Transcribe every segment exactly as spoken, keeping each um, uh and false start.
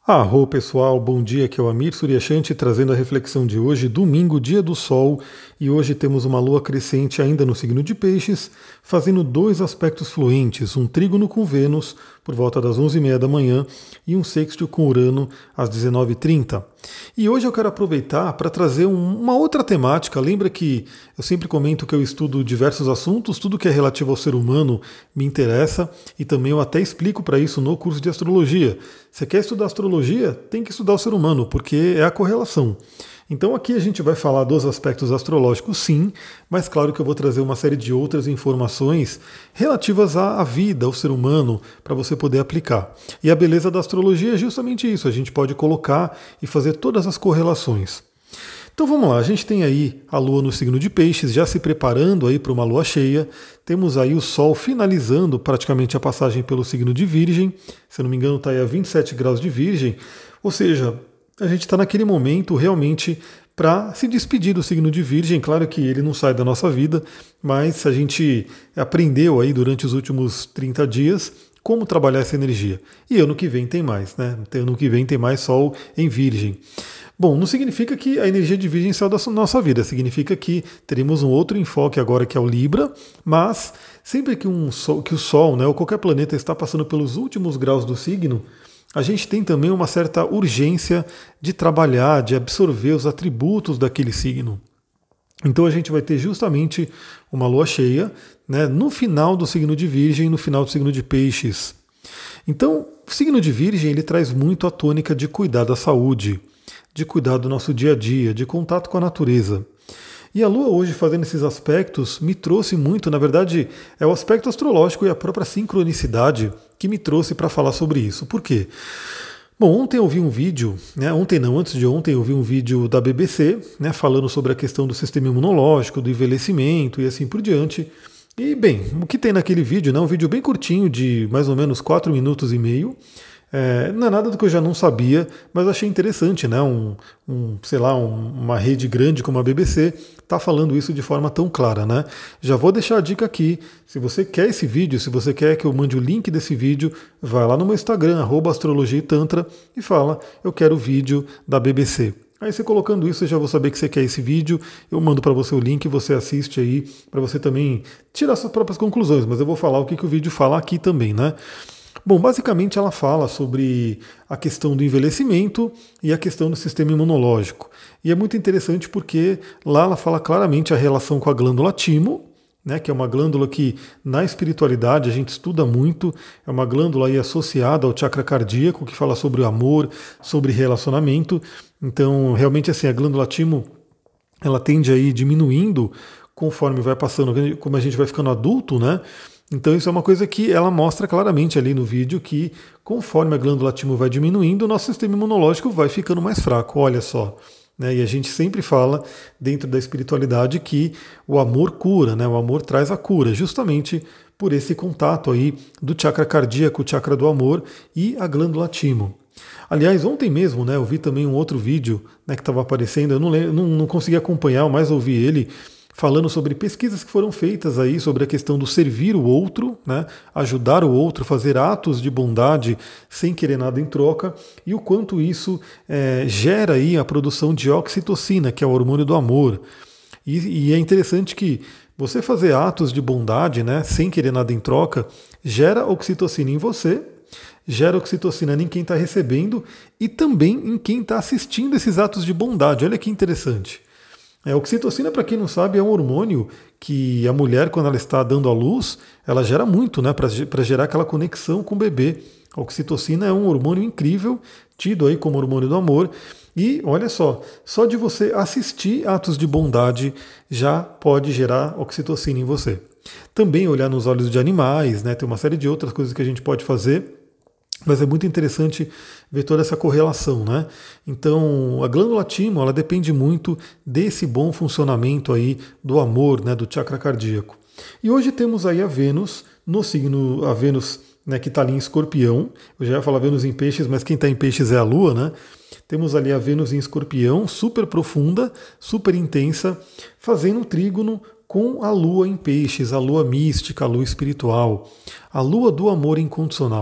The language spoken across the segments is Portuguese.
Arro pessoal, bom dia, aqui é o Amir Suryashanti trazendo a reflexão de hoje, domingo, dia do Sol, e hoje temos uma lua crescente ainda no signo de Peixes, fazendo dois aspectos fluentes, um trígono com Vênus por volta das onze e meia da manhã e um sextil com Urano às dezenove e trinta. E hoje eu quero aproveitar para trazer um, uma outra temática. Lembra que eu sempre comento que eu estudo diversos assuntos, tudo que é relativo ao ser humano me interessa e também eu até explico para isso no curso de astrologia. Você quer estudar astrologia? Tem que estudar o ser humano, porque é a correlação. Então aqui a gente vai falar dos aspectos astrológicos, sim, mas claro que eu vou trazer uma série de outras informações relativas à vida, ao ser humano, para você poder aplicar. E a beleza da astrologia é justamente isso, a gente pode colocar e fazer todas as correlações. Então vamos lá, a gente tem aí a Lua no signo de Peixes, já se preparando aí para uma Lua cheia. Temos aí o Sol finalizando praticamente a passagem pelo signo de Virgem. Se eu não me engano, está aí a vinte e sete graus de Virgem. Ou seja, a gente está naquele momento realmente para se despedir do signo de Virgem. Claro que ele não sai da nossa vida, mas a gente aprendeu aí durante os últimos trinta dias como trabalhar essa energia. E ano que vem tem mais, né? Ano que vem tem mais Sol em Virgem. Bom, não significa que a energia de Virgem saiu da nossa vida, significa que teremos um outro enfoque agora que é o Libra, mas sempre que, um sol, que o Sol, né, ou qualquer planeta está passando pelos últimos graus do signo, a gente tem também uma certa urgência de trabalhar, de absorver os atributos daquele signo. Então a gente vai ter justamente uma lua cheia, né, no final do signo de Virgem, no final do signo de Peixes. Então, o signo de Virgem ele traz muito a tônica de cuidar da saúde, de cuidar do nosso dia a dia, de contato com a natureza. E a Lua hoje fazendo esses aspectos me trouxe muito, na verdade, é o aspecto astrológico e a própria sincronicidade que me trouxe para falar sobre isso. Por quê? Bom, ontem eu vi um vídeo, né, ontem não, antes de ontem eu vi um vídeo da B B C, né, falando sobre a questão do sistema imunológico, do envelhecimento e assim por diante. E bem, o que tem naquele vídeo, né, um vídeo bem curtinho, de mais ou menos quatro minutos e meio, É, não é nada do que eu já não sabia, mas achei interessante, né? Um, um, sei lá, um, uma rede grande como a B B C está falando isso de forma tão clara, né? Já vou deixar a dica aqui. Se você quer esse vídeo, se você quer que eu mande o link desse vídeo, vai lá no meu Instagram, arroba astrologia e tantra, e fala, eu quero o vídeo da B B C. Aí você colocando isso, eu já vou saber que você quer esse vídeo, eu mando para você o link, você assiste aí, para você também tirar suas próprias conclusões, mas eu vou falar o que, que o vídeo fala aqui também, né? Bom, basicamente ela fala sobre a questão do envelhecimento e a questão do sistema imunológico. E é muito interessante porque lá ela fala claramente a relação com a glândula timo, né, que é uma glândula que na espiritualidade a gente estuda muito, é uma glândula aí associada ao chakra cardíaco, que fala sobre o amor, sobre relacionamento. Então, realmente assim, a glândula timo, ela tende aí diminuindo conforme vai passando, como a gente vai ficando adulto, né? Então isso é uma coisa que ela mostra claramente ali no vídeo que conforme a glândula timo vai diminuindo, o nosso sistema imunológico vai ficando mais fraco, olha só. Né? E a gente sempre fala dentro da espiritualidade que o amor cura, né? O amor traz a cura, justamente por esse contato aí do chakra cardíaco, o chakra do amor e a glândula timo. Aliás, ontem mesmo, né, eu vi também um outro vídeo, né, que estava aparecendo, eu não, lembro, não, não consegui acompanhar, mas ouvi ele falando sobre pesquisas que foram feitas aí sobre a questão do servir o outro, né, ajudar o outro, fazer atos de bondade sem querer nada em troca, e o quanto isso é, gera aí a produção de oxitocina, que é o hormônio do amor. E, e é interessante que você fazer atos de bondade, né, sem querer nada em troca, gera oxitocina em você, gera oxitocina em quem está recebendo e também em quem está assistindo esses atos de bondade. Olha que interessante. A oxitocina, para quem não sabe, é um hormônio que a mulher, quando ela está dando à luz, ela gera muito, né, para gerar aquela conexão com o bebê. A oxitocina é um hormônio incrível, tido aí como hormônio do amor. E olha só, só de você assistir atos de bondade já pode gerar oxitocina em você. Também olhar nos olhos de animais, né, tem uma série de outras coisas que a gente pode fazer. Mas é muito interessante ver toda essa correlação, né? Então, a glândula timo, ela depende muito desse bom funcionamento aí do amor, né, do chakra cardíaco. E hoje temos aí a Vênus no signo, a Vênus, né, que está ali em Escorpião. Eu já ia falar Vênus em Peixes, mas quem está em Peixes é a Lua, né? Temos ali a Vênus em Escorpião, super profunda, super intensa, fazendo um trígono com a Lua em Peixes, a Lua mística, a Lua espiritual, a Lua do amor incondicional.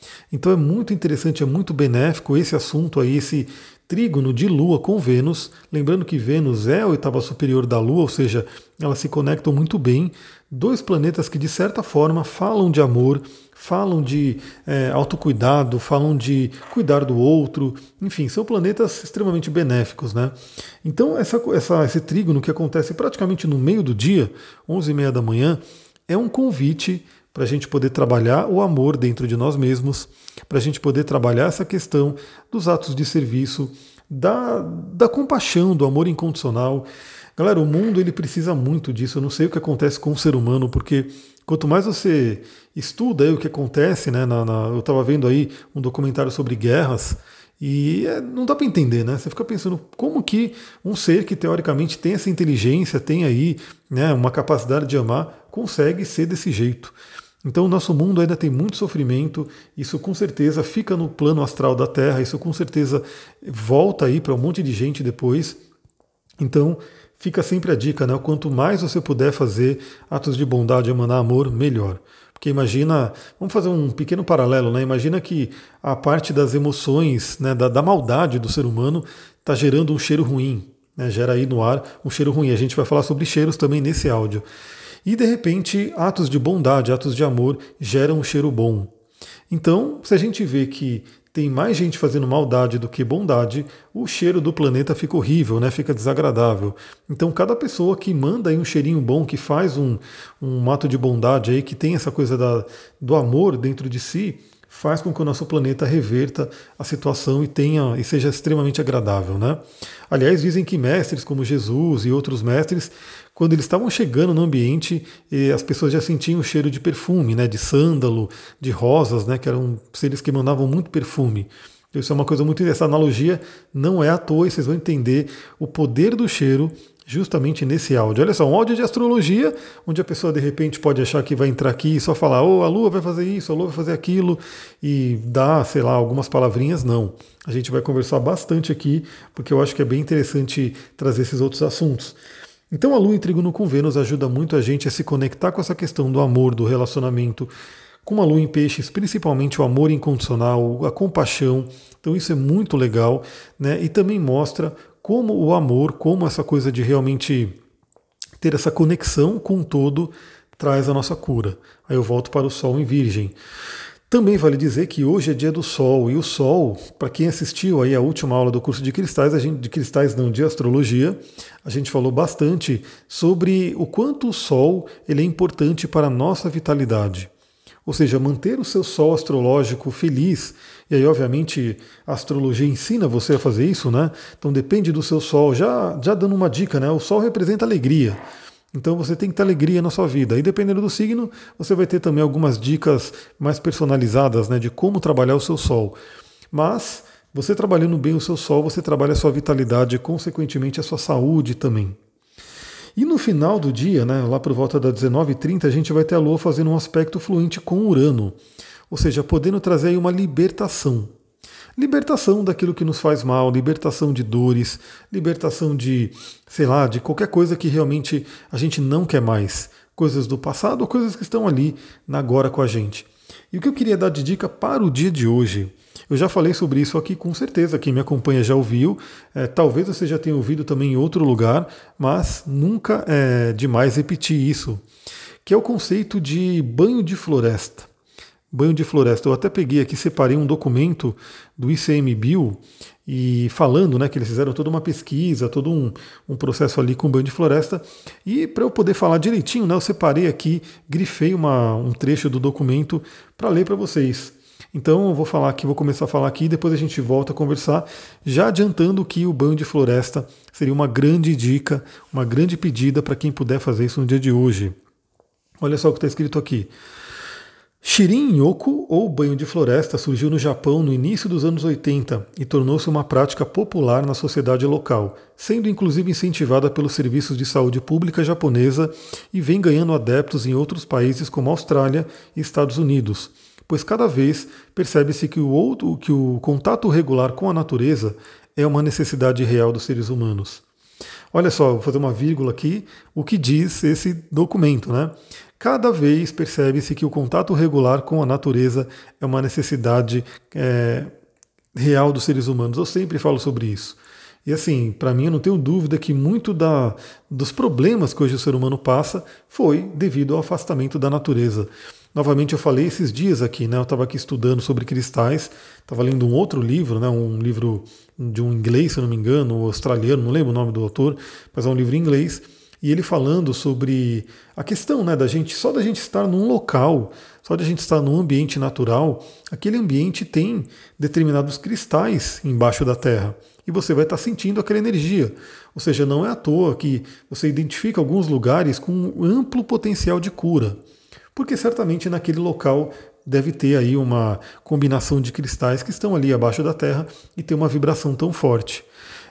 Então é muito interessante, é muito benéfico esse assunto aí, esse trígono de Lua com Vênus. Lembrando que Vênus é a oitava superior da Lua, ou seja, elas se conectam muito bem. Dois planetas que, de certa forma, falam de amor, falam de é, autocuidado, falam de cuidar do outro. Enfim, são planetas extremamente benéficos, né? Então, essa, essa, esse trígono que acontece praticamente no meio do dia, onze e meia da manhã, é um convite para a gente poder trabalhar o amor dentro de nós mesmos, para a gente poder trabalhar essa questão dos atos de serviço, da, da compaixão, do amor incondicional. Galera, o mundo ele precisa muito disso. Eu não sei o que acontece com o ser humano, porque quanto mais você estuda aí o que acontece, né? Na, na, eu estava vendo aí um documentário sobre guerras e é, não dá para entender, né? Você fica pensando como que um ser que teoricamente tem essa inteligência, tem aí, né, uma capacidade de amar, consegue ser desse jeito. Então o nosso mundo ainda tem muito sofrimento, isso com certeza fica no plano astral da Terra, isso com certeza volta aí para um monte de gente depois. Então fica sempre a dica, né? Quanto mais você puder fazer atos de bondade, emanar amor, melhor. Porque imagina, vamos fazer um pequeno paralelo, né? Imagina que a parte das emoções, né, da, da maldade do ser humano está gerando um cheiro ruim, né? Gera aí no ar um cheiro ruim. A gente vai falar sobre cheiros também nesse áudio. E de repente, atos de bondade, atos de amor geram um cheiro bom. Então, se a gente vê que tem mais gente fazendo maldade do que bondade, o cheiro do planeta fica horrível, né? Fica desagradável. Então, cada pessoa que manda aí um cheirinho bom, que faz um, um ato de bondade aí, que tem essa coisa da, do amor dentro de si, faz com que o nosso planeta reverta a situação e tenha e seja extremamente agradável, né? Aliás, dizem que mestres como Jesus e outros mestres, quando eles estavam chegando no ambiente, as pessoas já sentiam o cheiro de perfume, né? De sândalo, de rosas, né? Que eram seres que mandavam muito perfume. Isso é uma coisa muito. Essa analogia não é à toa, e vocês vão entender o poder do cheiro justamente nesse áudio. Olha só, um áudio de astrologia, onde a pessoa de repente pode achar que vai entrar aqui e só falar, oh, a Lua vai fazer isso, a Lua vai fazer aquilo, e dar, sei lá, algumas palavrinhas. Não. A gente vai conversar bastante aqui, porque eu acho que é bem interessante trazer esses outros assuntos. Então a Lua em trígono com Vênus ajuda muito a gente a se conectar com essa questão do amor, do relacionamento, com a Lua em Peixes, principalmente o amor incondicional, a compaixão. Então isso é muito legal, né? E também mostra como o amor, como essa coisa de realmente ter essa conexão com o todo traz a nossa cura. Aí eu volto para o Sol em Virgem. Também vale dizer que hoje é dia do Sol, e o Sol, para quem assistiu aí a última aula do curso de cristais, a gente, de cristais não, de astrologia, a gente falou bastante sobre o quanto o Sol ele é importante para a nossa vitalidade. Ou seja, manter o seu Sol astrológico feliz, e aí obviamente a astrologia ensina você a fazer isso, né? Então depende do seu Sol, já, já dando uma dica, né? O Sol representa alegria, então você tem que ter alegria na sua vida, e dependendo do signo, você vai ter também algumas dicas mais personalizadas, né? De como trabalhar o seu Sol. Mas você trabalhando bem o seu Sol, você trabalha a sua vitalidade e consequentemente a sua saúde também. E no final do dia, né, lá por volta das dezenove e trinta, a gente vai ter a Lua fazendo um aspecto fluente com Urano, ou seja, podendo trazer aí uma libertação. Libertação daquilo que nos faz mal, libertação de dores, libertação de, sei lá, de qualquer coisa que realmente a gente não quer mais. Coisas do passado ou coisas que estão ali na agora com a gente. E o que eu queria dar de dica para o dia de hoje? Eu já falei sobre isso aqui, com certeza, quem me acompanha já ouviu, é, talvez você já tenha ouvido também em outro lugar, mas nunca é demais repetir isso, que é o conceito de banho de floresta. Banho de floresta, eu até peguei aqui, separei um documento do I C M B I, e falando, né, que eles fizeram toda uma pesquisa, todo um, um processo ali com banho de floresta, e para eu poder falar direitinho, né, eu separei aqui, grifei uma, um trecho do documento para ler para vocês. Então eu vou falar aqui, vou começar a falar aqui, depois a gente volta a conversar, já adiantando que o banho de floresta seria uma grande dica, uma grande pedida para quem puder fazer isso no dia de hoje. Olha só o que está escrito aqui. Shirin-yoku, ou banho de floresta, surgiu no Japão no início dos anos oitenta e tornou-se uma prática popular na sociedade local, sendo inclusive incentivada pelos serviços de saúde pública japonesa e vem ganhando adeptos em outros países como Austrália e Estados Unidos, pois cada vez percebe-se que o, outro, que o contato regular com a natureza é uma necessidade real dos seres humanos. Olha só, vou fazer uma vírgula aqui, o que diz esse documento, né? cada vez percebe-se que o contato regular com a natureza é uma necessidade é, real dos seres humanos. Eu sempre falo sobre isso. E assim, para mim eu não tenho dúvida que muito da, dos problemas que hoje o ser humano passa foi devido ao afastamento da natureza. Novamente eu falei esses dias aqui, né? Eu estava aqui estudando sobre cristais, estava lendo um outro livro, né? Um livro de um inglês, se eu não me engano, ou australiano, não lembro o nome do autor, mas é um livro em inglês, e ele falando sobre a questão, né, da gente, só da gente estar num local, só da gente estar num ambiente natural, aquele ambiente tem determinados cristais embaixo da terra. E você vai estar sentindo aquela energia. Ou seja, não é à toa que você identifica alguns lugares com um amplo potencial de cura. Porque certamente naquele local deve ter aí uma combinação de cristais que estão ali abaixo da terra e tem uma vibração tão forte.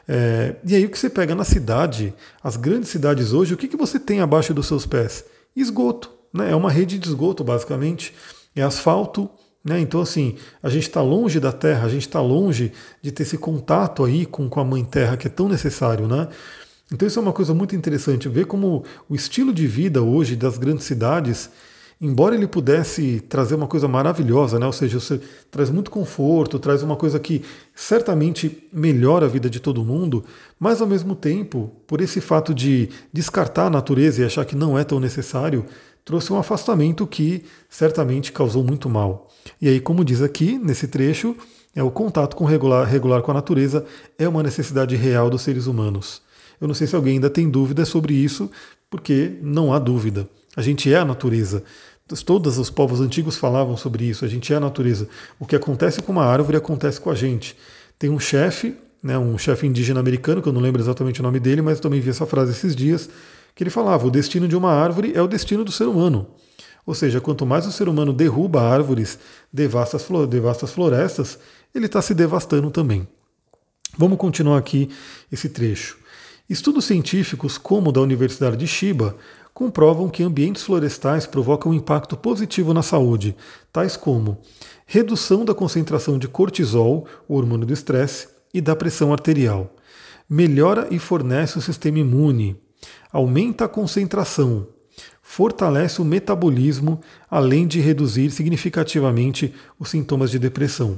É, e aí o que você pega na cidade, as grandes cidades hoje, o que, que você tem abaixo dos seus pés? Esgoto, né? É uma rede de esgoto basicamente, é asfalto, né? Então assim, a gente está longe da terra, a gente está longe de ter esse contato aí com, com a mãe terra que é tão necessário, né? Então isso é uma coisa muito interessante, ver como o estilo de vida hoje das grandes cidades, embora ele pudesse trazer uma coisa maravilhosa, né? Ou seja, você traz muito conforto, traz uma coisa que certamente melhora a vida de todo mundo, mas ao mesmo tempo, por esse fato de descartar a natureza e achar que não é tão necessário, trouxe um afastamento que certamente causou muito mal. E aí, como diz aqui nesse trecho, é o contato com regular, regular com a natureza é uma necessidade real dos seres humanos. Eu não sei se alguém ainda tem dúvida sobre isso, porque não há dúvida. A gente é a natureza. Todos os povos antigos falavam sobre isso, a gente é a natureza. O que acontece com uma árvore acontece com a gente. Tem um chefe, né, um chefe indígena americano, que eu não lembro exatamente o nome dele, mas também vi essa frase esses dias, que ele falava, o destino de uma árvore é o destino do ser humano. Ou seja, quanto mais o ser humano derruba árvores, devasta as, devasta as florestas, ele está se devastando também. Vamos continuar aqui esse trecho. Estudos científicos, como o da Universidade de Chiba, comprovam que ambientes florestais provocam um impacto positivo na saúde, tais como redução da concentração de cortisol, o hormônio do estresse, e da pressão arterial, melhora e fornece o sistema imune, aumenta a concentração, fortalece o metabolismo, além de reduzir significativamente os sintomas de depressão.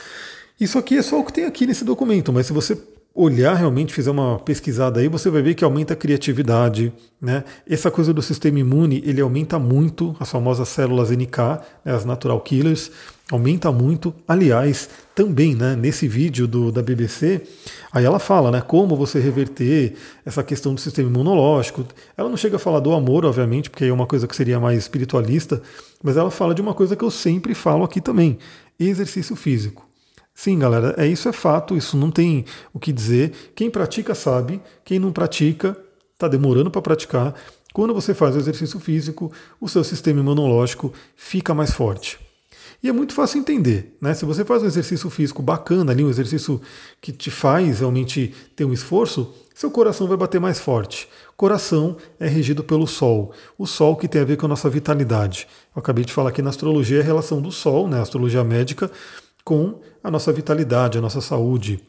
Isso aqui é só o que tem aqui nesse documento, mas se você olhar realmente, fizer uma pesquisada aí, você vai ver que aumenta a criatividade, né? Essa coisa do sistema imune, ele aumenta muito, as famosas células N K, né, as natural killers, aumenta muito. Aliás, também, né, nesse vídeo do, da B B C, aí ela fala, né, como você reverter essa questão do sistema imunológico. Ela não chega a falar do amor, obviamente, porque aí é uma coisa que seria mais espiritualista, mas ela fala de uma coisa que eu sempre falo aqui também, exercício físico. Sim, galera, é isso, é fato, isso não tem o que dizer. Quem pratica sabe, quem não pratica está demorando para praticar. Quando você faz o exercício físico, o seu sistema imunológico fica mais forte. E é muito fácil entender, né? Se você faz um exercício físico bacana ali, um exercício que te faz realmente ter um esforço, seu coração vai bater mais forte. Coração é regido pelo Sol. O Sol que tem a ver com a nossa vitalidade. Eu acabei de falar aqui na astrologia a relação do Sol, né? A astrologia médica, com a nossa vitalidade, a nossa saúde.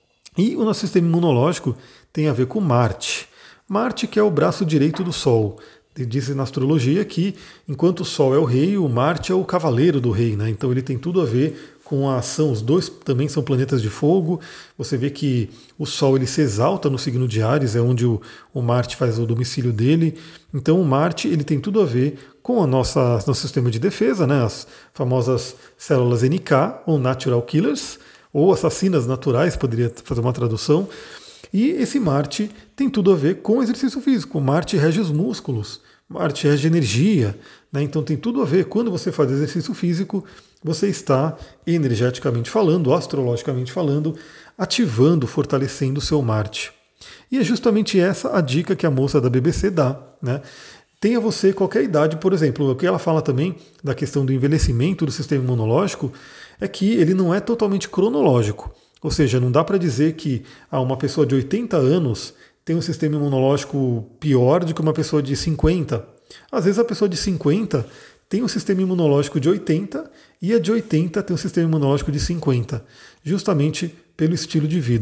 E o nosso sistema imunológico tem a ver com Marte. Marte que é o braço direito do Sol. Diz na astrologia que enquanto o Sol é o rei, o Marte é o cavaleiro do rei, né? Então ele tem tudo a ver com a ação. Os dois também são planetas de fogo. Você vê que o Sol ele se exalta no signo de Áries, é onde o, o Marte faz o domicílio dele. Então o Marte ele tem tudo a ver com a nossa nosso sistema de defesa, né? As famosas células N K ou Natural Killers, ou assassinas naturais, poderia fazer uma tradução. E esse Marte tem tudo a ver com o exercício físico. Marte rege os músculos, Marte rege energia, né? Então tem tudo a ver. Quando você faz exercício físico, você está, energeticamente falando, astrologicamente falando, ativando, fortalecendo o seu Marte. E é justamente essa a dica que a moça da B B C dá, né? Tenha você qualquer idade, por exemplo, o que ela fala também da questão do envelhecimento do sistema imunológico é que ele não é totalmente cronológico. Ou seja, não dá para dizer que ah, uma pessoa de oitenta anos tem um sistema imunológico pior do que uma pessoa de cinquenta. Às vezes a pessoa de cinquenta tem um sistema imunológico de oitenta e a de oitenta tem um sistema imunológico de cinquenta, justamente pelo estilo de vida.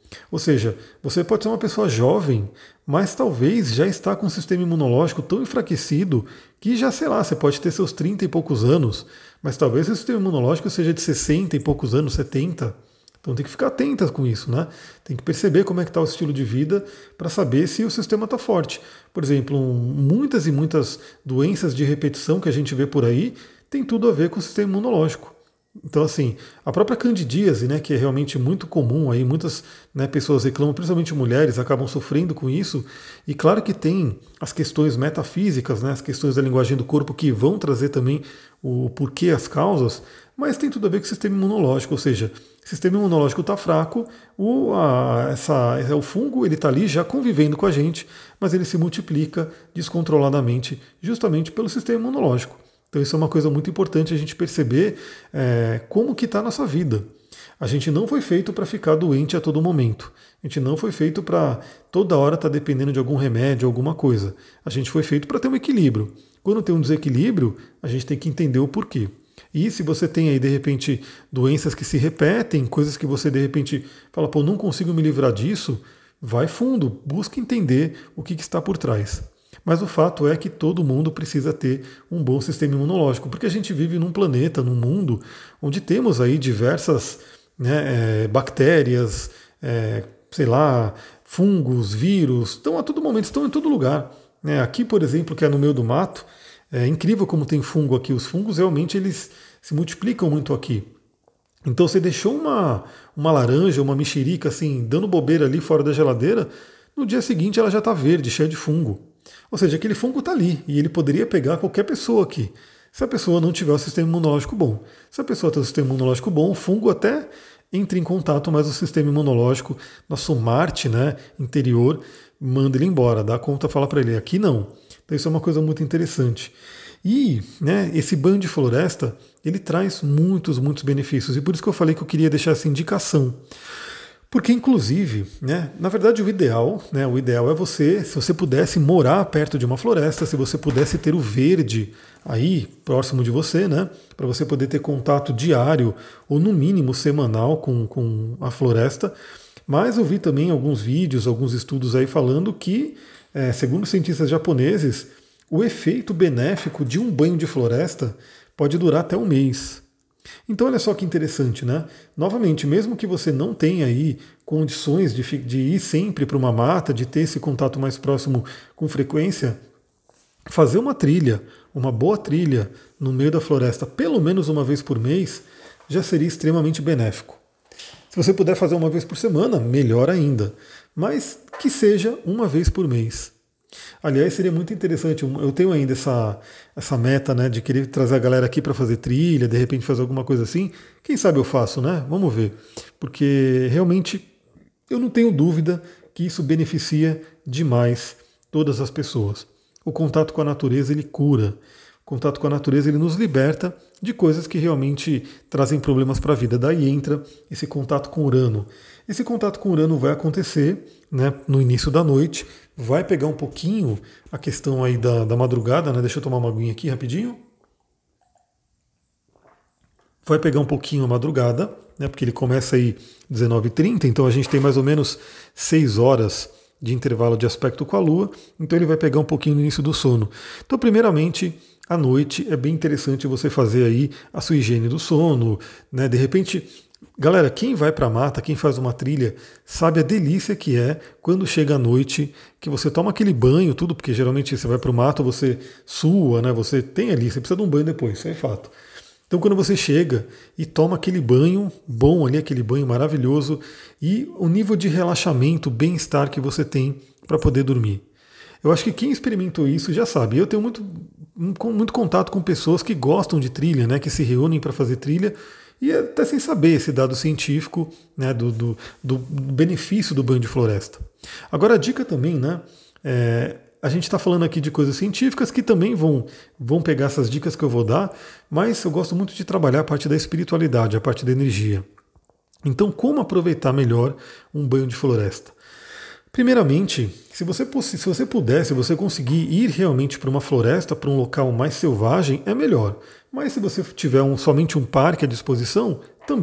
Ou seja, você pode ser uma pessoa jovem, mas talvez já está com um sistema imunológico tão enfraquecido que já, sei lá, você pode ter seus trinta e poucos anos, mas talvez seu sistema imunológico seja de sessenta e poucos anos, setenta. Então tem que ficar atenta com isso, né? Tem que perceber como é que está o estilo de vida para saber se o sistema está forte. Por exemplo, um, muitas e muitas doenças de repetição que a gente vê por aí tem tudo a ver com o sistema imunológico. Então, assim, a própria candidíase, né, que é realmente muito comum, aí muitas, né, pessoas reclamam, principalmente mulheres, acabam sofrendo com isso. E claro que tem as questões metafísicas, né, as questões da linguagem do corpo que vão trazer também o porquê, as causas, mas tem tudo a ver com o sistema imunológico, ou seja, o sistema imunológico está fraco, o, a, essa, o fungo ele está ali já convivendo com a gente, mas ele se multiplica descontroladamente justamente pelo sistema imunológico. Então isso é uma coisa muito importante a gente perceber é, como que está a nossa vida. A gente não foi feito para ficar doente a todo momento. A gente não foi feito para toda hora estar tá dependendo de algum remédio, alguma coisa. A gente foi feito para ter um equilíbrio. Quando tem um desequilíbrio, a gente tem que entender o porquê. E se você tem aí, de repente, doenças que se repetem, coisas que você, de repente, fala, pô, não consigo me livrar disso, vai fundo, busca entender o que, que está por trás. Mas o fato é que todo mundo precisa ter um bom sistema imunológico, porque a gente vive num planeta, num mundo, onde temos aí diversas, né, é, bactérias, é, sei lá, fungos, vírus, estão a todo momento, estão em todo lugar. Né? Aqui, por exemplo, que é no meio do mato, é incrível como tem fungo aqui. Os fungos realmente eles se multiplicam muito aqui. Então você deixou uma, uma laranja, uma mexerica assim, dando bobeira ali fora da geladeira, no dia seguinte ela já está verde, cheia de fungo. Ou seja, aquele fungo está ali e ele poderia pegar qualquer pessoa aqui. Se a pessoa não tiver o sistema imunológico bom. Se a pessoa tem o sistema imunológico bom, o fungo até entra em contato, mas o sistema imunológico, nosso Marte, né, interior, manda ele embora, dá conta, fala para ele, aqui não. Então isso é uma coisa muito interessante. E né, esse banho de floresta, ele traz muitos, muitos benefícios. E por isso que eu falei que eu queria deixar essa indicação. Porque, inclusive, né, na verdade o ideal, né, o ideal é você, se você pudesse morar perto de uma floresta, se você pudesse ter o verde aí próximo de você, né, para você poder ter contato diário ou no mínimo semanal com, com a floresta. Mas eu vi também alguns vídeos, alguns estudos aí falando que, é, segundo cientistas japoneses, o efeito benéfico de um banho de floresta pode durar até um mês. Então olha só que interessante, né? Novamente, mesmo que você não tenha aí condições de, de ir sempre para uma mata, de ter esse contato mais próximo com frequência, fazer uma trilha, uma boa trilha no meio da floresta, pelo menos uma vez por mês, já seria extremamente benéfico. Se você puder fazer uma vez por semana, melhor ainda. Mas que seja uma vez por mês. Aliás, seria muito interessante, eu tenho ainda essa, essa meta, né, de querer trazer a galera aqui para fazer trilha, de repente fazer alguma coisa assim. Quem sabe eu faço, né? Vamos ver. Porque realmente eu não tenho dúvida que isso beneficia demais todas as pessoas. O contato com a natureza, ele cura. O contato com a natureza, ele nos liberta de coisas que realmente trazem problemas para a vida. Daí entra esse contato com Urano. Esse contato com Urano vai acontecer, né, no início da noite, vai pegar um pouquinho a questão aí da, da madrugada, né? Deixa eu tomar uma aguinha aqui rapidinho. Vai pegar um pouquinho a madrugada, né? Porque ele começa aí dezenove e trinta, então a gente tem mais ou menos seis horas de intervalo de aspecto com a Lua, então ele vai pegar um pouquinho no início do sono. Então, primeiramente, à noite é bem interessante você fazer aí a sua higiene do sono, né? De repente, galera, quem vai para a mata, quem faz uma trilha, sabe a delícia que é quando chega a noite, que você toma aquele banho, tudo, porque geralmente você vai para o mato, você sua, né? Você tem ali, você precisa de um banho depois, isso é fato. Então quando você chega e toma aquele banho bom ali, aquele banho maravilhoso, e o nível de relaxamento, bem-estar que você tem para poder dormir. Eu acho que quem experimentou isso já sabe. Eu tenho muito, muito contato com pessoas que gostam de trilha, né? Que se reúnem para fazer trilha, e até sem saber esse dado científico, né, do, do, do benefício do banho de floresta. Agora a dica também, né, é, a gente está falando aqui de coisas científicas que também vão, vão pegar essas dicas que eu vou dar, mas eu gosto muito de trabalhar a parte da espiritualidade, a parte da energia. Então, como aproveitar melhor um banho de floresta? Primeiramente, se você, se você puder, se você conseguir ir realmente para uma floresta, para um local mais selvagem, é melhor. Mas se você tiver um, somente um parque à disposição, também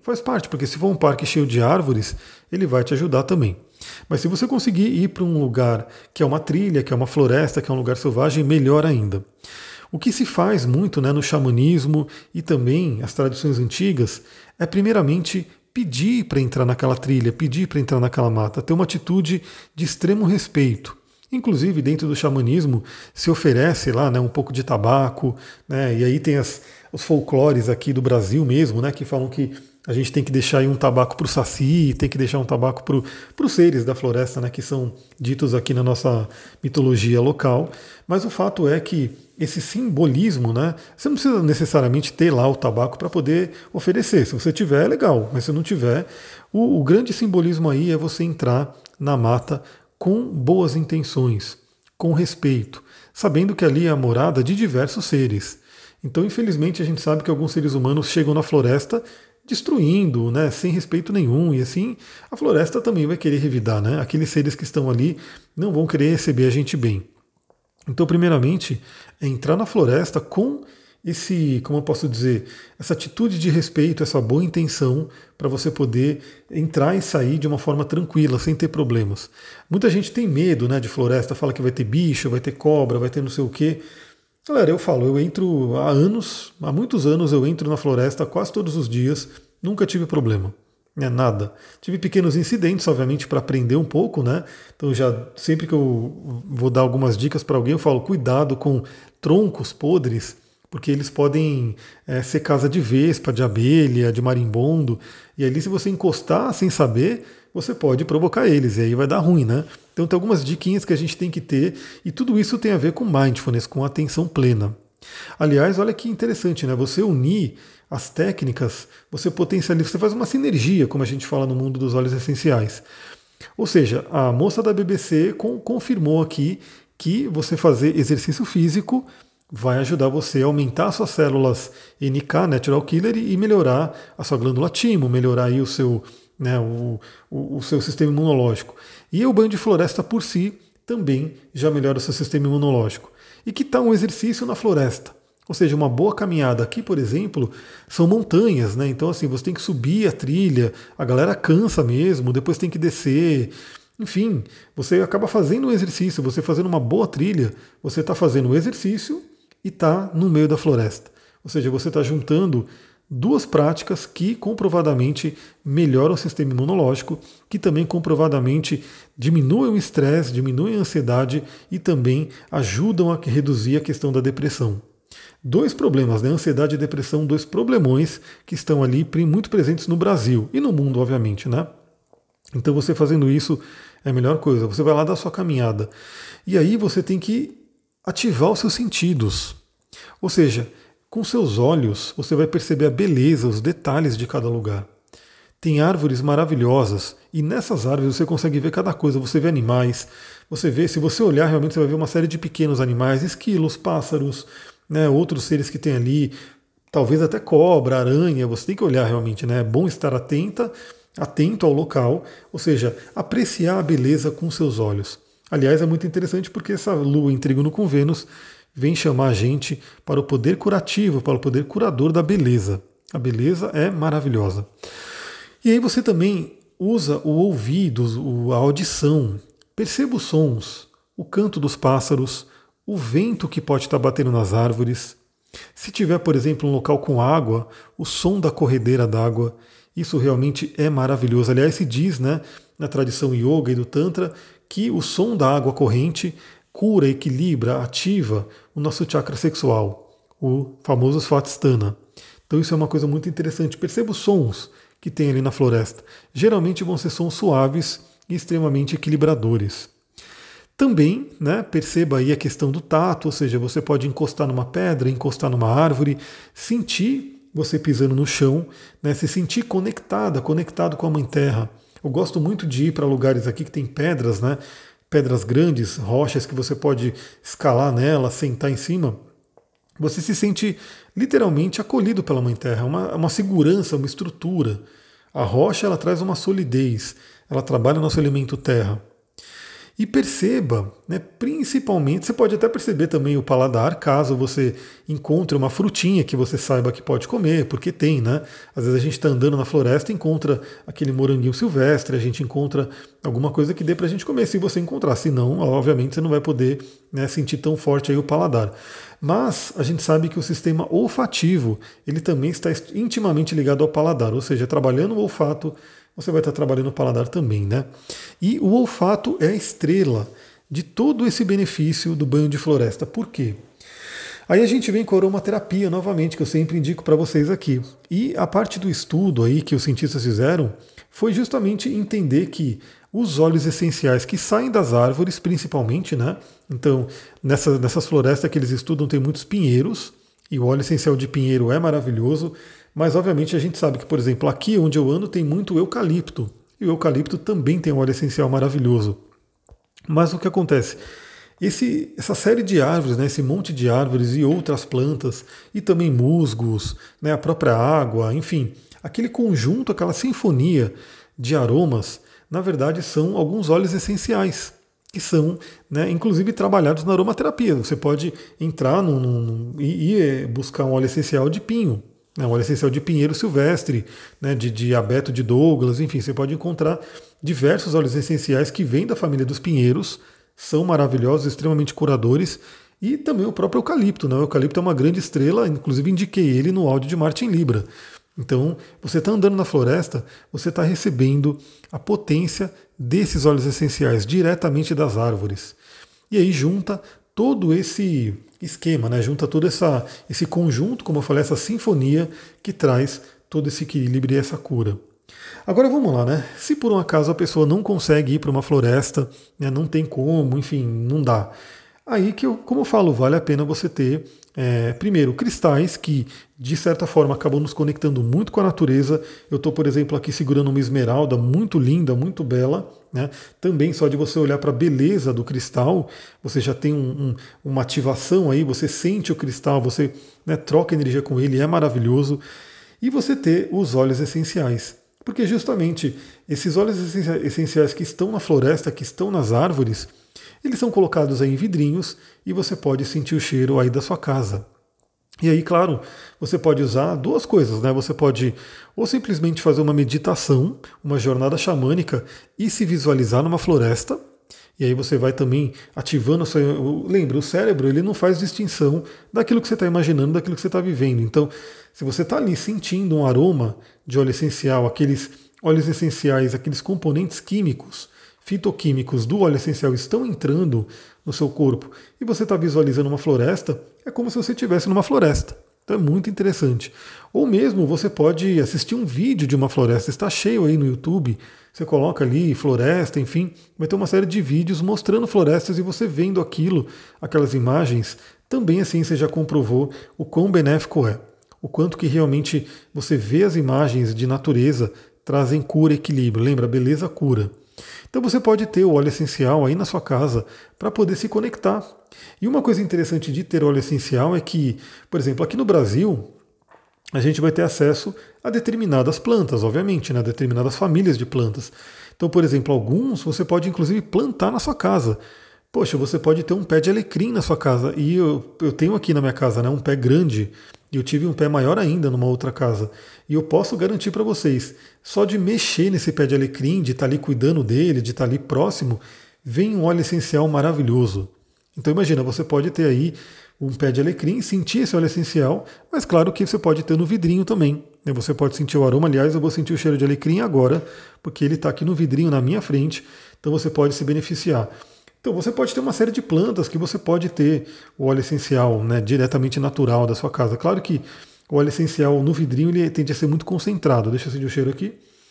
faz parte, porque se for um parque cheio de árvores, ele vai te ajudar também. Mas se você conseguir ir para um lugar que é uma trilha, que é uma floresta, que é um lugar selvagem, melhor ainda. O que se faz muito, né, no xamanismo e também as tradições antigas é primeiramente pedir para entrar naquela trilha, pedir para entrar naquela mata, ter uma atitude de extremo respeito. Inclusive, dentro do xamanismo, se oferece lá, né, um pouco de tabaco, né, e aí tem as, os folclores aqui do Brasil mesmo, né, que falam que a gente tem que deixar aí um tabaco para o saci, tem que deixar um tabaco para os seres da floresta, né, que são ditos aqui na nossa mitologia local. Mas o fato é que esse simbolismo, né, você não precisa necessariamente ter lá o tabaco para poder oferecer. Se você tiver, é legal, mas se não tiver, o, o grande simbolismo aí é você entrar na mata com boas intenções, com respeito, sabendo que ali é a morada de diversos seres. Então, infelizmente, a gente sabe que alguns seres humanos chegam na floresta destruindo, né, sem respeito nenhum, e assim a floresta também vai querer revidar, né? Aqueles seres que estão ali não vão querer receber a gente bem. Então, primeiramente, é entrar na floresta com esse, como eu posso dizer, essa atitude de respeito, essa boa intenção para você poder entrar e sair de uma forma tranquila, sem ter problemas. Muita gente tem medo, né, de floresta, fala que vai ter bicho, vai ter cobra, vai ter não sei o quê. Galera, eu falo, eu entro há anos, há muitos anos eu entro na floresta quase todos os dias, nunca tive problema. É nada. Tive pequenos incidentes, obviamente, para aprender um pouco, né? Então já sempre que eu vou dar algumas dicas para alguém, eu falo, cuidado com troncos podres, porque eles podem é, ser casa de vespa, de abelha, de marimbondo, e ali se você encostar sem saber, você pode provocar eles, e aí vai dar ruim, né? Então tem algumas diquinhas que a gente tem que ter, e tudo isso tem a ver com mindfulness, com atenção plena. Aliás, olha que interessante, né? Você unir as técnicas, você potencializa, você faz uma sinergia, como a gente fala no mundo dos óleos essenciais. Ou seja, a moça da B B C com, confirmou aqui que você fazer exercício físico vai ajudar você a aumentar suas células N K, Natural Killer, e melhorar a sua glândula timo, melhorar aí o seu, né, o, o, o seu sistema imunológico. E o banho de floresta por si também já melhora o seu sistema imunológico. E que tal um exercício na floresta? Ou seja, uma boa caminhada aqui, por exemplo, são montanhas, né? Então, assim, você tem que subir a trilha, a galera cansa mesmo, depois tem que descer. Enfim, você acaba fazendo um exercício, você fazendo uma boa trilha, você está fazendo o exercício e está no meio da floresta. Ou seja, você está juntando duas práticas que comprovadamente melhoram o sistema imunológico, que também comprovadamente diminuem o estresse, diminuem a ansiedade e também ajudam a reduzir a questão da depressão. Dois problemas, né? Ansiedade e depressão, dois problemões que estão ali muito presentes no Brasil e no mundo, obviamente, né? Então você fazendo isso é a melhor coisa. Você vai lá dar sua caminhada. E aí você tem que ativar os seus sentidos. Ou seja, com seus olhos você vai perceber a beleza, os detalhes de cada lugar. Tem árvores maravilhosas e nessas árvores você consegue ver cada coisa. Você vê animais, você vê, se você olhar realmente você vai ver uma série de pequenos animais, esquilos, pássaros, né, outros seres que tem ali, talvez até cobra, aranha. Você tem que olhar realmente, né? É bom estar atenta, atento ao local, ou seja, apreciar a beleza com seus olhos. Aliás, é muito interessante porque essa lua em trígono com Vênus vem chamar a gente para o poder curativo, para o poder curador da beleza. A beleza é maravilhosa. E aí você também usa o ouvido, a audição. Perceba os sons, o canto dos pássaros, o vento que pode estar batendo nas árvores. Se tiver, por exemplo, um local com água, o som da corredeira d'água, isso realmente é maravilhoso. Aliás, se diz, né, na tradição yoga e do tantra, que o som da água corrente cura, equilibra, ativa o nosso chakra sexual, o famoso Svadhisthana. Então isso é uma coisa muito interessante. Perceba os sons que tem ali na floresta. Geralmente vão ser sons suaves e extremamente equilibradores. Também, né, perceba aí a questão do tato, ou seja, você pode encostar numa pedra, encostar numa árvore, sentir você pisando no chão, né, se sentir conectada, conectado com a Mãe Terra. Eu gosto muito de ir para lugares aqui que tem pedras, né, pedras grandes, rochas que você pode escalar nela, sentar em cima. Você se sente literalmente acolhido pela Mãe Terra, uma, uma segurança, uma estrutura. A rocha ela traz uma solidez, ela trabalha o nosso elemento terra. E perceba, né, principalmente, você pode até perceber também o paladar, caso você encontre uma frutinha que você saiba que pode comer, porque tem, né? Às vezes a gente está andando na floresta e encontra aquele moranguinho silvestre, a gente encontra alguma coisa que dê para a gente comer, se você encontrar. Se não, obviamente você não vai poder, né, sentir tão forte aí o paladar. Mas a gente sabe que o sistema olfativo, ele também está intimamente ligado ao paladar, ou seja, trabalhando o olfato, você vai estar trabalhando o paladar também, né? E o olfato é a estrela de todo esse benefício do banho de floresta. Por quê? Aí a gente vem com a aromaterapia novamente, que eu sempre indico para vocês aqui. E a parte do estudo aí que os cientistas fizeram foi justamente entender que os óleos essenciais que saem das árvores, principalmente, né? Então, nessa, nessas florestas que eles estudam tem muitos pinheiros, e o óleo essencial de pinheiro é maravilhoso, mas obviamente a gente sabe que, por exemplo, aqui onde eu ando tem muito eucalipto, e o eucalipto também tem um óleo essencial maravilhoso. Mas o que acontece? Esse, essa série de árvores, né, esse monte de árvores e outras plantas, e também musgos, né, a própria água, enfim, aquele conjunto, aquela sinfonia de aromas, na verdade são alguns óleos essenciais, que são, né, inclusive trabalhados na aromaterapia. Você pode entrar num, num, e, e buscar um óleo essencial de pinho, né, um óleo essencial de pinheiro silvestre, né, de, de abeto de Douglas, enfim, você pode encontrar diversos óleos essenciais que vêm da família dos pinheiros, são maravilhosos, extremamente curadores, e também o próprio eucalipto. Né? O eucalipto é uma grande estrela, inclusive indiquei ele no áudio de Martin Libra. Então, você está andando na floresta, você está recebendo a potência desses óleos essenciais diretamente das árvores. E aí junta todo esse esquema, né? Junta todo essa, esse conjunto, como eu falei, essa sinfonia que traz todo esse equilíbrio e essa cura. Agora vamos lá, né? Se por um acaso a pessoa não consegue ir para uma floresta, né, não tem como, enfim, não dá. Aí que, eu, como eu falo, vale a pena você ter, é, primeiro, cristais que, de certa forma, acabam nos conectando muito com a natureza. Eu estou, por exemplo, aqui segurando uma esmeralda muito linda, muito bela. Né? Também só de você olhar para a beleza do cristal, você já tem um, um, uma ativação aí, você sente o cristal, você, né, troca energia com ele, é maravilhoso. E você ter os óleos essenciais. Porque justamente esses óleos essenciais que estão na floresta, que estão nas árvores, eles são colocados aí em vidrinhos e você pode sentir o cheiro aí da sua casa. E aí, claro, você pode usar duas coisas, né? Você pode ou simplesmente fazer uma meditação, uma jornada xamânica e se visualizar numa floresta. E aí você vai também ativando a sua... Lembra, o cérebro ele não faz distinção daquilo que você está imaginando, daquilo que você está vivendo. Então, se você está ali sentindo um aroma de óleo essencial, aqueles óleos essenciais, aqueles componentes químicos, fitoquímicos do óleo essencial estão entrando no seu corpo e você está visualizando uma floresta, é como se você estivesse numa floresta. Então é muito interessante. Ou mesmo você pode assistir um vídeo de uma floresta, está cheio aí no YouTube, você coloca ali floresta, enfim, vai ter uma série de vídeos mostrando florestas e você vendo aquilo, aquelas imagens, também a ciência já comprovou o quão benéfico é. O quanto que realmente você vê as imagens de natureza trazem cura e equilíbrio. Lembra, beleza cura. Então você pode ter o óleo essencial aí na sua casa para poder se conectar. E uma coisa interessante de ter óleo essencial é que, por exemplo, aqui no Brasil, a gente vai ter acesso a determinadas plantas, obviamente, né? Determinadas famílias de plantas. Então, por exemplo, alguns você pode inclusive plantar na sua casa. Poxa, você pode ter um pé de alecrim na sua casa. E eu, eu tenho aqui na minha casa, né, um pé grande. E eu tive um pé maior ainda numa outra casa. E eu posso garantir para vocês, só de mexer nesse pé de alecrim, de estar ali cuidando dele, de estar ali próximo, vem um óleo essencial maravilhoso. Então imagina, você pode ter aí um pé de alecrim, sentir esse óleo essencial, mas claro que você pode ter no vidrinho também. Você pode sentir o aroma, aliás, eu vou sentir o cheiro de alecrim agora, porque ele está aqui no vidrinho na minha frente, então você pode se beneficiar. Então você pode ter uma série de plantas que você pode ter o óleo essencial, né, diretamente natural da sua casa. Claro que o óleo essencial no vidrinho ele tende a ser muito concentrado. Deixa eu sentir o cheiro aqui.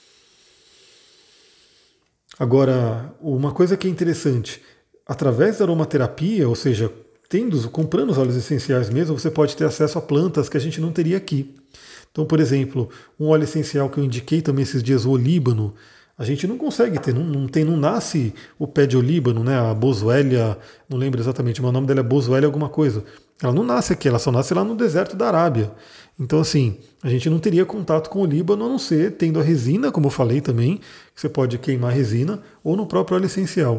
Agora, uma coisa que é interessante, através da aromaterapia, ou seja, tendo, comprando os óleos essenciais mesmo, você pode ter acesso a plantas que a gente não teria aqui. Então, por exemplo, um óleo essencial que eu indiquei também esses dias, o olíbano, a gente não consegue ter, não, não, tem, não nasce o pé de olíbano, né? A Boswellia, não lembro exatamente, mas o nome dela é Boswellia alguma coisa. Ela não nasce aqui, ela só nasce lá no deserto da Arábia. Então, assim, a gente não teria contato com o Líbano a não ser tendo a resina, como eu falei também, que você pode queimar a resina, ou no próprio óleo essencial.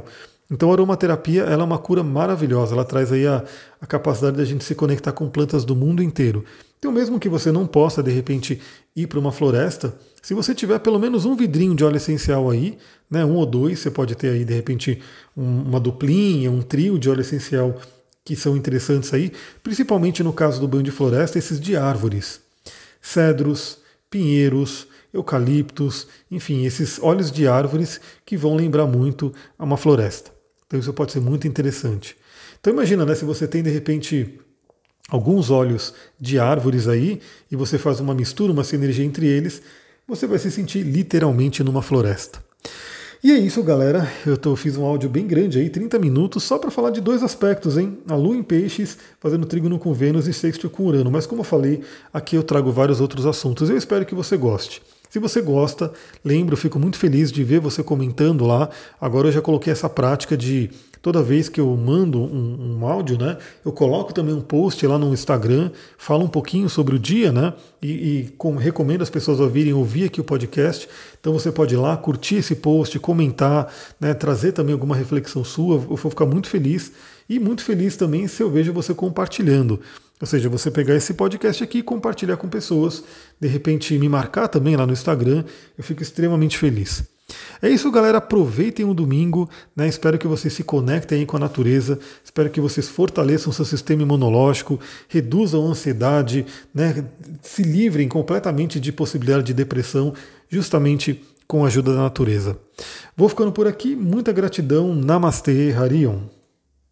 Então a aromaterapia ela é uma cura maravilhosa, ela traz aí a, a capacidade da gente se conectar com plantas do mundo inteiro. Então mesmo que você não possa, de repente, ir para uma floresta, se você tiver pelo menos um vidrinho de óleo essencial aí, né, um ou dois, você pode ter aí de repente um, uma duplinha, um trio de óleo essencial que são interessantes aí, principalmente no caso do banho de floresta, esses de árvores, cedros, pinheiros, eucaliptos, enfim, esses óleos de árvores que vão lembrar muito a uma floresta. Então isso pode ser muito interessante. Então imagina, né, se você tem de repente alguns óleos de árvores aí e você faz uma mistura, uma sinergia entre eles, você vai se sentir literalmente numa floresta. E é isso, galera. Eu tô, fiz um áudio bem grande aí, trinta minutos, só para falar de dois aspectos, hein? A Lua em Peixes, fazendo trígono com Vênus e sextil com Urano. Mas como eu falei, aqui eu trago vários outros assuntos. Eu espero que você goste. Se você gosta, lembra, eu fico muito feliz de ver você comentando lá. Agora eu já coloquei essa prática de toda vez que eu mando um, um áudio, né, eu coloco também um post lá no Instagram, falo um pouquinho sobre o dia, né, e, e com, recomendo as pessoas a virem ouvir aqui o podcast. Então você pode ir lá, curtir esse post, comentar, né, trazer também alguma reflexão sua. Eu vou ficar muito feliz e muito feliz também se eu vejo você compartilhando. Ou seja, você pegar esse podcast aqui e compartilhar com pessoas, de repente me marcar também lá no Instagram, eu fico extremamente feliz. É isso, galera. Aproveitem o domingo, né? Espero que vocês se conectem aí com a natureza, espero que vocês fortaleçam seu sistema imunológico, reduzam a ansiedade, né? Se livrem completamente de possibilidade de depressão, justamente com a ajuda da natureza. Vou ficando por aqui, muita gratidão. Namastê, Harion.